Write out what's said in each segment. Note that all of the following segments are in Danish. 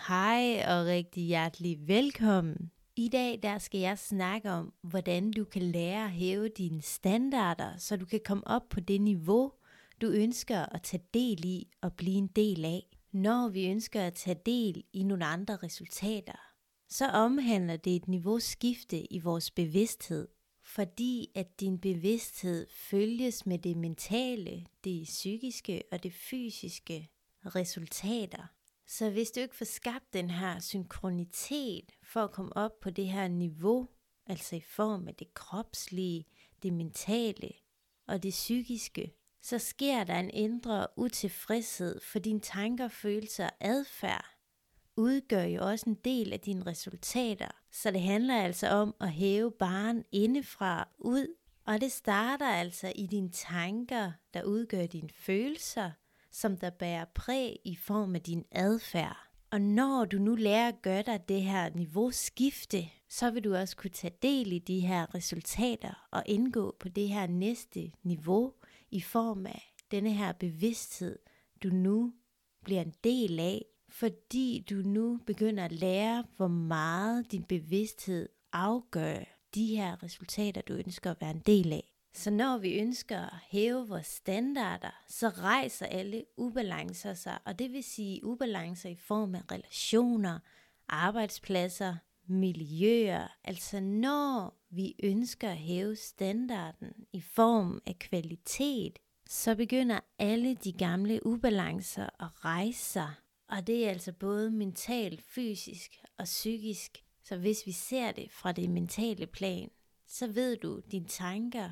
Hej og rigtig hjertelig velkommen. I dag der skal jeg snakke om, hvordan du kan lære at hæve dine standarder, så du kan komme op på det niveau, du ønsker at tage del i og blive en del af. Når vi ønsker at tage del i nogle andre resultater, så omhandler det et niveauskifte i vores bevidsthed. Fordi at din bevidsthed følges med det mentale, det psykiske og det fysiske resultater. Så hvis du ikke får skabt den her synkronitet for at komme op på det her niveau, altså i form af det kropslige, det mentale og det psykiske, så sker der en indre utilfredshed, for dine tanker, følelser og adfærd udgør jo også en del af dine resultater. Så det handler altså om at hæve barren indefra ud, og det starter altså i dine tanker, der udgør dine følelser, som der bærer præg i form af din adfærd. Og når du nu lærer at gøre dig det her niveauskifte, så vil du også kunne tage del i de her resultater og indgå på det her næste niveau i form af denne her bevidsthed, du nu bliver en del af, fordi du nu begynder at lære, hvor meget din bevidsthed afgør de her resultater, du ønsker at være en del af. Så når vi ønsker at hæve vores standarder, så rejser alle ubalancer sig, og det vil sige ubalancer i form af relationer, arbejdspladser, miljøer. Altså når vi ønsker at hæve standarden i form af kvalitet, så begynder alle de gamle ubalancer at rejse sig. Og det er altså både mentalt, fysisk og psykisk. Så hvis vi ser det fra det mentale plan, så ved du, at dine tanker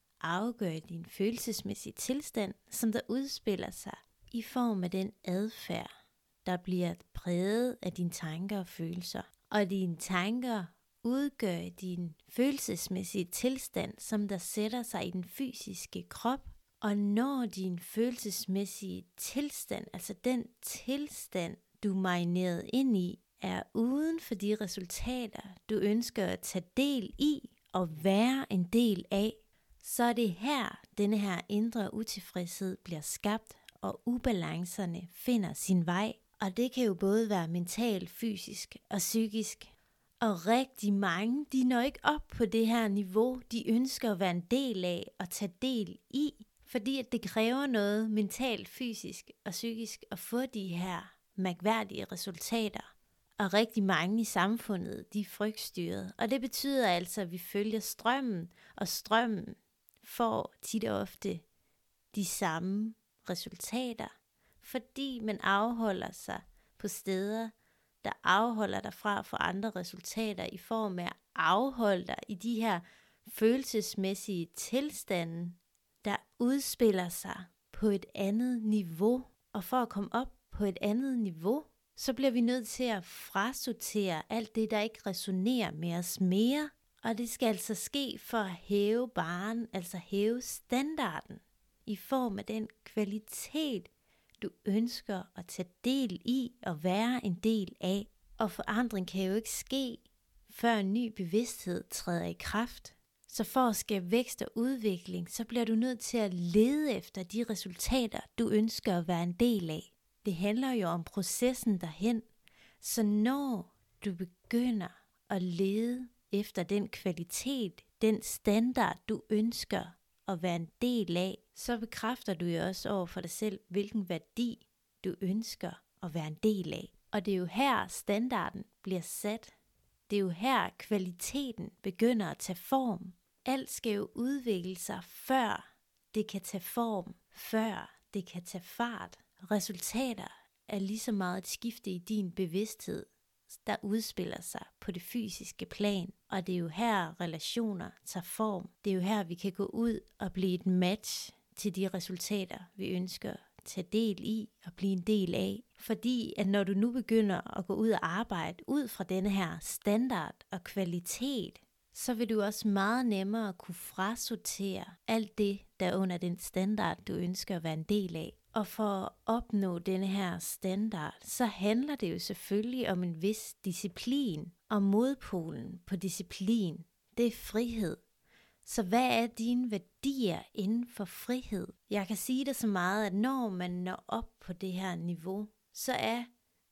afgør din følelsesmæssige tilstand, som der udspiller sig i form af den adfærd, der bliver præget af dine tanker og følelser. Og dine tanker udgør din følelsesmæssige tilstand, som der sætter sig i den fysiske krop. Og når din følelsesmæssige tilstand, altså den tilstand, du er marineret ind i, er uden for de resultater, du ønsker at tage del i og være en del af, så er det her, denne her indre utilfredshed bliver skabt, og ubalancerne finder sin vej. Og det kan jo både være mentalt, fysisk og psykisk. Og rigtig mange, de når ikke op på det her niveau, de ønsker at være en del af og tage del i. Fordi at det kræver noget mentalt, fysisk og psykisk at få de her mærkværdige resultater. Og rigtig mange i samfundet, de er frygtstyret. Og det betyder altså, at vi følger strømmen, og strømmen får tit og ofte de samme resultater. Fordi man afholder sig på steder, der afholder dig fra at få andre resultater i form af at afholde dig i de her følelsesmæssige tilstande, der udspiller sig på et andet niveau. Og for at komme op på et andet niveau, så bliver vi nødt til at frasortere alt det, der ikke resonerer med os mere. Og det skal altså ske for at hæve barren, altså hæve standarden, i form af den kvalitet, du ønsker at tage del i og være en del af. Og forandring kan jo ikke ske, før en ny bevidsthed træder i kraft. Så for at skabe vækst og udvikling, så bliver du nødt til at lede efter de resultater, du ønsker at være en del af. Det handler jo om processen derhen. Så når du begynder at lede efter den kvalitet, den standard, du ønsker at være en del af, så bekræfter du jo også over for dig selv, hvilken værdi du ønsker at være en del af. Og det er jo her standarden bliver sat. Det er jo her kvaliteten begynder at tage form. Alt skal jo udvikle sig, før det kan tage form, før det kan tage fart. Resultater er lige så meget et skifte i din bevidsthed, der udspiller sig på det fysiske plan. Og det er jo her relationer tager form. Det er jo her vi kan gå ud og blive et match til de resultater, vi ønsker at tage del i og blive en del af. Fordi at når du nu begynder at gå ud og arbejde ud fra denne her standard og kvalitet, så vil du også meget nemmere kunne frasortere alt det, der er under den standard, du ønsker at være en del af. Og for at opnå denne her standard, så handler det jo selvfølgelig om en vis disciplin. Og modpolen på disciplin, det er frihed. Så hvad er dine værdier inden for frihed? Jeg kan sige det så meget, at når man når op på det her niveau, så er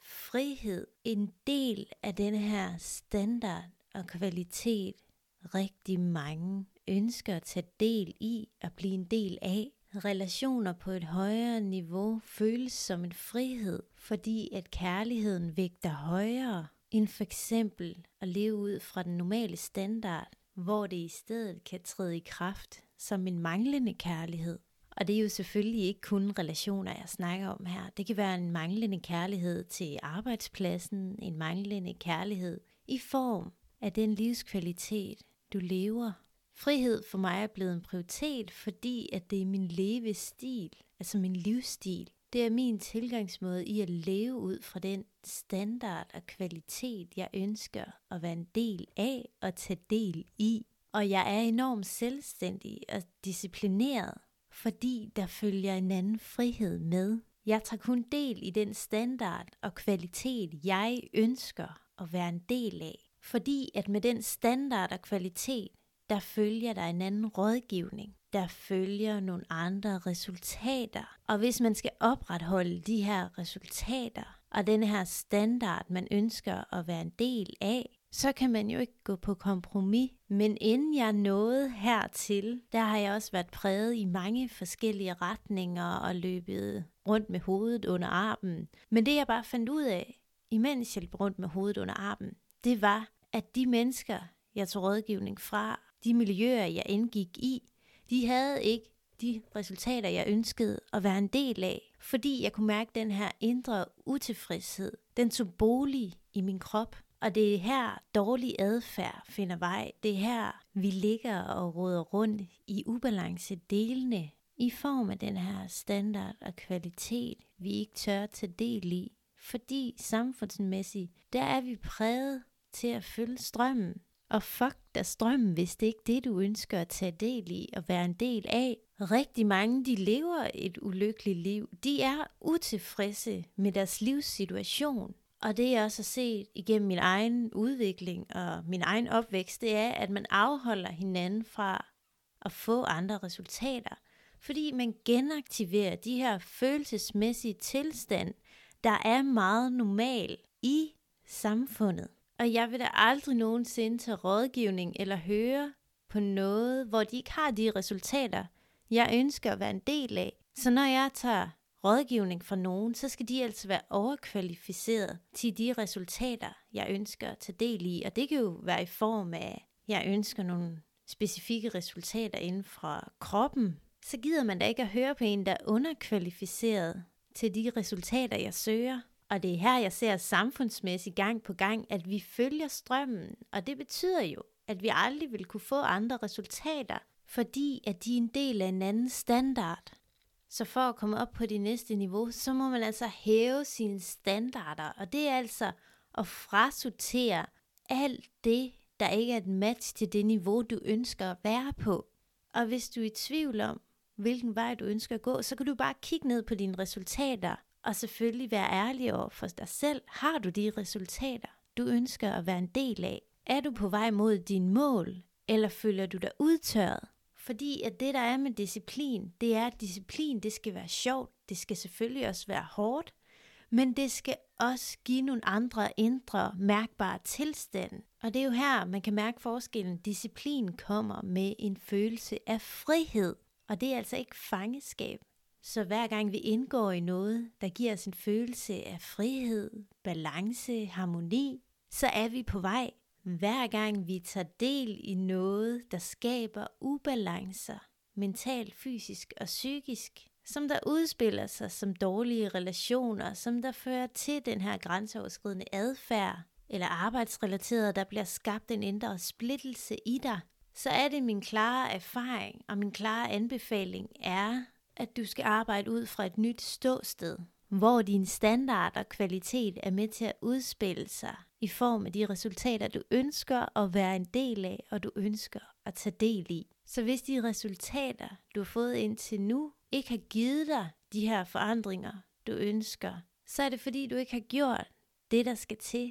frihed en del af denne her standard og kvalitet, rigtig mange ønsker at tage del i og blive en del af. Relationer på et højere niveau føles som en frihed, fordi at kærligheden vægter højere end for eksempel at leve ud fra den normale standard, hvor det i stedet kan træde i kraft som en manglende kærlighed. Og det er jo selvfølgelig ikke kun relationer, jeg snakker om her. Det kan være en manglende kærlighed til arbejdspladsen, en manglende kærlighed i form af den livskvalitet, du lever. Frihed for mig er blevet en prioritet, fordi at det er min levestil, altså min livsstil. Det er min tilgangsmåde i at leve ud fra den standard og kvalitet, jeg ønsker at være en del af og tage del i. Og jeg er enormt selvstændig og disciplineret, fordi der følger en anden frihed med. Jeg tager kun del i den standard og kvalitet, jeg ønsker at være en del af. Fordi at med den standard og kvalitet, der følger der en anden rådgivning. Der følger nogle andre resultater. Og hvis man skal opretholde de her resultater og den her standard, man ønsker at være en del af, så kan man jo ikke gå på kompromis. Men inden jeg nåede hertil, der har jeg også været præget i mange forskellige retninger og løbet rundt med hovedet under armen. Men det jeg bare fandt ud af, imens jeg løb rundt med hovedet under armen, det var, at de mennesker, jeg tog rådgivning fra, de miljøer, jeg indgik i, de havde ikke de resultater, jeg ønskede at være en del af. Fordi jeg kunne mærke den her indre utilfredshed. Den tog bolig i min krop. Og det er her dårlig adfærd finder vej. Det er her, vi ligger og roder rundt i ubalance delene i form af den her standard og kvalitet, vi ikke tør tage del i. Fordi samfundsmæssigt, der er vi præget til at følge strømmen. Og fuck da strømmen, hvis det ikke er det, du ønsker at tage del i og være en del af. Rigtig mange, de lever et ulykkeligt liv. De er utilfredse med deres livssituation. Og det jeg også har set igennem min egen udvikling og min egen opvækst, det er, at man afholder hinanden fra at få andre resultater. Fordi man genaktiverer de her følelsesmæssige tilstand, der er meget normal i samfundet. Og jeg vil da aldrig nogensinde tage rådgivning eller høre på noget, hvor de ikke har de resultater, jeg ønsker at være en del af. Så når jeg tager rådgivning fra nogen, så skal de altså være overkvalificeret til de resultater, jeg ønsker at tage del i. Og det kan jo være i form af, at jeg ønsker nogle specifikke resultater inden fra kroppen. Så gider man da ikke at høre på en, der er underkvalificeret til de resultater, jeg søger. Og det er her, jeg ser samfundsmæssigt gang på gang, at vi følger strømmen. Og det betyder jo, at vi aldrig vil kunne få andre resultater, fordi at de er en del af en anden standard. Så for at komme op på det næste niveau, så må man altså hæve sine standarder. Og det er altså at frasortere alt det, der ikke er et match til det niveau, du ønsker at være på. Og hvis du er i tvivl om, hvilken vej du ønsker at gå, så kan du bare kigge ned på dine resultater. Og selvfølgelig være ærlig over for dig selv. Har du de resultater, du ønsker at være en del af? Er du på vej mod dine mål, eller føler du dig udtørret? Fordi at det, der er med disciplin, det er, at disciplin, det skal være sjovt. Det skal selvfølgelig også være hårdt. Men det skal også give nogle andre indre mærkbare tilstande. Og det er jo her, man kan mærke forskellen. Disciplin kommer med en følelse af frihed. Og det er altså ikke fangeskab. Så hver gang vi indgår i noget, der giver os en følelse af frihed, balance, harmoni, så er vi på vej. Hver gang vi tager del i noget, der skaber ubalancer, mentalt, fysisk og psykisk, som der udspiller sig som dårlige relationer, som der fører til den her grænseoverskridende adfærd, eller arbejdsrelateret, der bliver skabt en indre splittelse i dig, så er det min klare erfaring og min klare anbefaling er, at du skal arbejde ud fra et nyt ståsted, hvor din standard og kvalitet er med til at udspille sig i form af de resultater, du ønsker at være en del af, og du ønsker at tage del i. Så hvis de resultater, du har fået indtil nu, ikke har givet dig de her forandringer, du ønsker, så er det fordi, du ikke har gjort det, der skal til,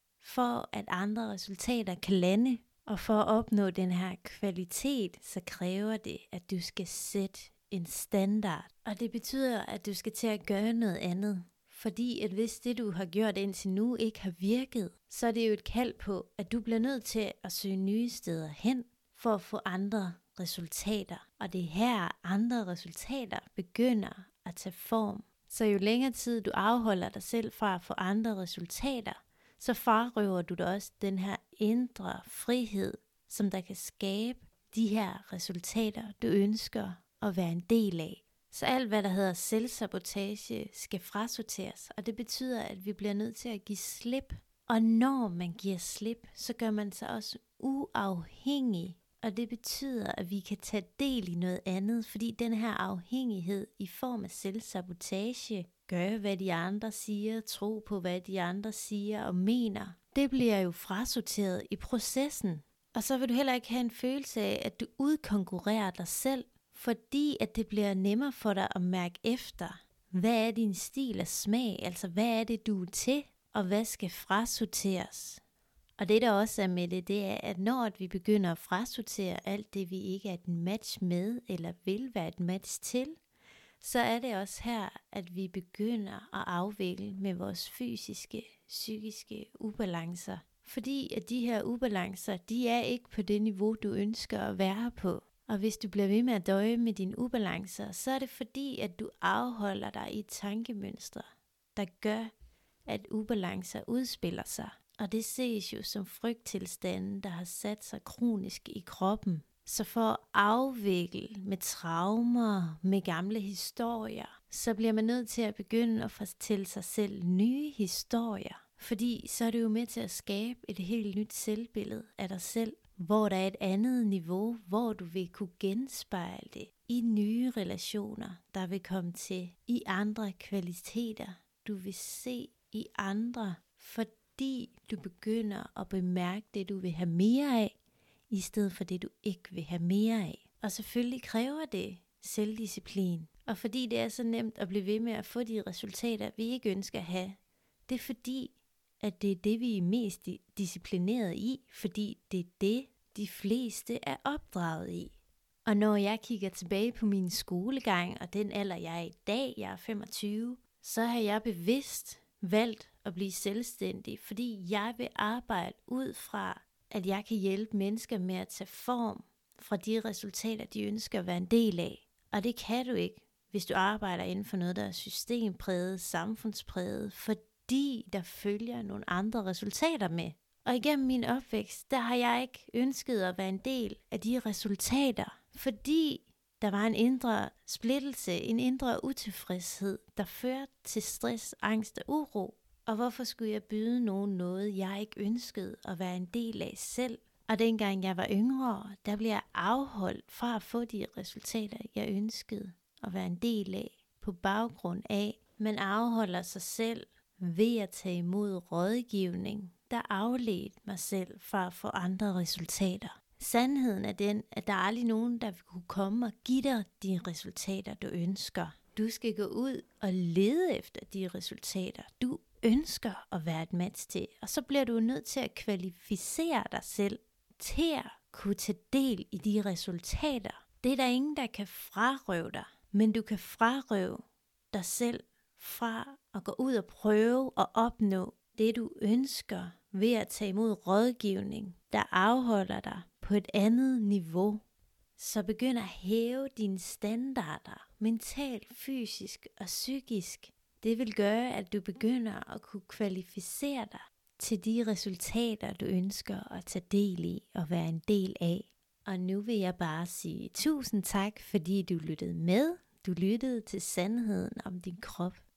for at andre resultater kan lande. Og for at opnå den her kvalitet, så kræver det, at du skal sætte en standard. Og det betyder, at du skal til at gøre noget andet. Fordi at hvis det, du har gjort indtil nu, ikke har virket, så er det jo et kald på, at du bliver nødt til at søge nye steder hen, for at få andre resultater. Og det er her, andre resultater begynder at tage form. Så jo længere tid du afholder dig selv fra at få andre resultater, så frarøver du dig også den her indre frihed, som der kan skabe de her resultater, du ønsker at være en del af. Så alt, hvad der hedder selvsabotage, skal frasorteres, og det betyder, at vi bliver nødt til at give slip. Og når man giver slip, så gør man sig også uafhængig, og det betyder, at vi kan tage del i noget andet, fordi den her afhængighed i form af selvsabotage, gør hvad de andre siger, tro på hvad de andre siger og mener, det bliver jo frasorteret i processen. Og så vil du heller ikke have en følelse af, at du udkonkurrerer dig selv, fordi at det bliver nemmere for dig at mærke efter, hvad er din stil og smag, altså hvad er det, du er til, og hvad skal frasorteres. Og det der også er med det er, at når vi begynder at frasortere alt det, vi ikke er et match med, eller vil være et match til, så er det også her, at vi begynder at afvikle med vores fysiske, psykiske ubalancer. Fordi at de her ubalancer, de er ikke på det niveau, du ønsker at være på. Og hvis du bliver ved med at døje med dine ubalancer, så er det fordi, at du afholder dig i et tankemønster, der gør, at ubalancer udspiller sig. Og det ses jo som frygttilstanden, der har sat sig kronisk i kroppen. Så for at afvikle med traumer, med gamle historier, så bliver man nødt til at begynde at fortælle sig selv nye historier. Fordi så er det jo med til at skabe et helt nyt selvbillede af dig selv, hvor der er et andet niveau, hvor du vil kunne genspejle det i nye relationer, der vil komme til, i andre kvaliteter, du vil se i andre, fordi du begynder at bemærke det, du vil have mere af, i stedet for det, du ikke vil have mere af. Og selvfølgelig kræver det selvdisciplin. Og fordi det er så nemt at blive ved med at få de resultater, vi ikke ønsker at have, det er fordi, at det er det, vi er mest disciplineret i, fordi det er det, de fleste er opdraget i. Og når jeg kigger tilbage på min skolegang, og den alder, jeg er i dag, jeg er 25, så har jeg bevidst valgt at blive selvstændig, fordi jeg vil arbejde ud fra, at jeg kan hjælpe mennesker med at tage form fra de resultater, de ønsker at være en del af. Og det kan du ikke, hvis du arbejder inden for noget, der er systempræget, samfundspræget, fordi der følger nogle andre resultater med. Og igennem min opvækst, der har jeg ikke ønsket at være en del af de resultater, fordi der var en indre splittelse, en indre utilfredshed, der førte til stress, angst og uro. Og hvorfor skulle jeg byde nogen noget, jeg ikke ønskede at være en del af selv? Og dengang jeg var yngre, der blev jeg afholdt fra at få de resultater, jeg ønskede at være en del af, på baggrund af, man afholder sig selv ved at tage imod rådgivning, der afledte mig selv fra at få andre resultater. Sandheden er den, at der er aldrig nogen, der vil kunne komme og give dig de resultater, du ønsker. Du skal gå ud og lede efter de resultater, du ønsker at være et match til. Og så bliver du nødt til at kvalificere dig selv til at kunne tage del i de resultater. Det er der ingen, der kan frarøve dig, men du kan frarøve dig selv fra at gå ud og prøve at opnå det, du ønsker ved at tage imod rådgivning, der afholder dig på et andet niveau. Så begynd at hæve dine standarder, mentalt, fysisk og psykisk. Det vil gøre, at du begynder at kunne kvalificere dig til de resultater, du ønsker at tage del i og være en del af. Og nu vil jeg bare sige tusind tak, fordi du lyttede med. Du lyttede til Sandheden om din krop.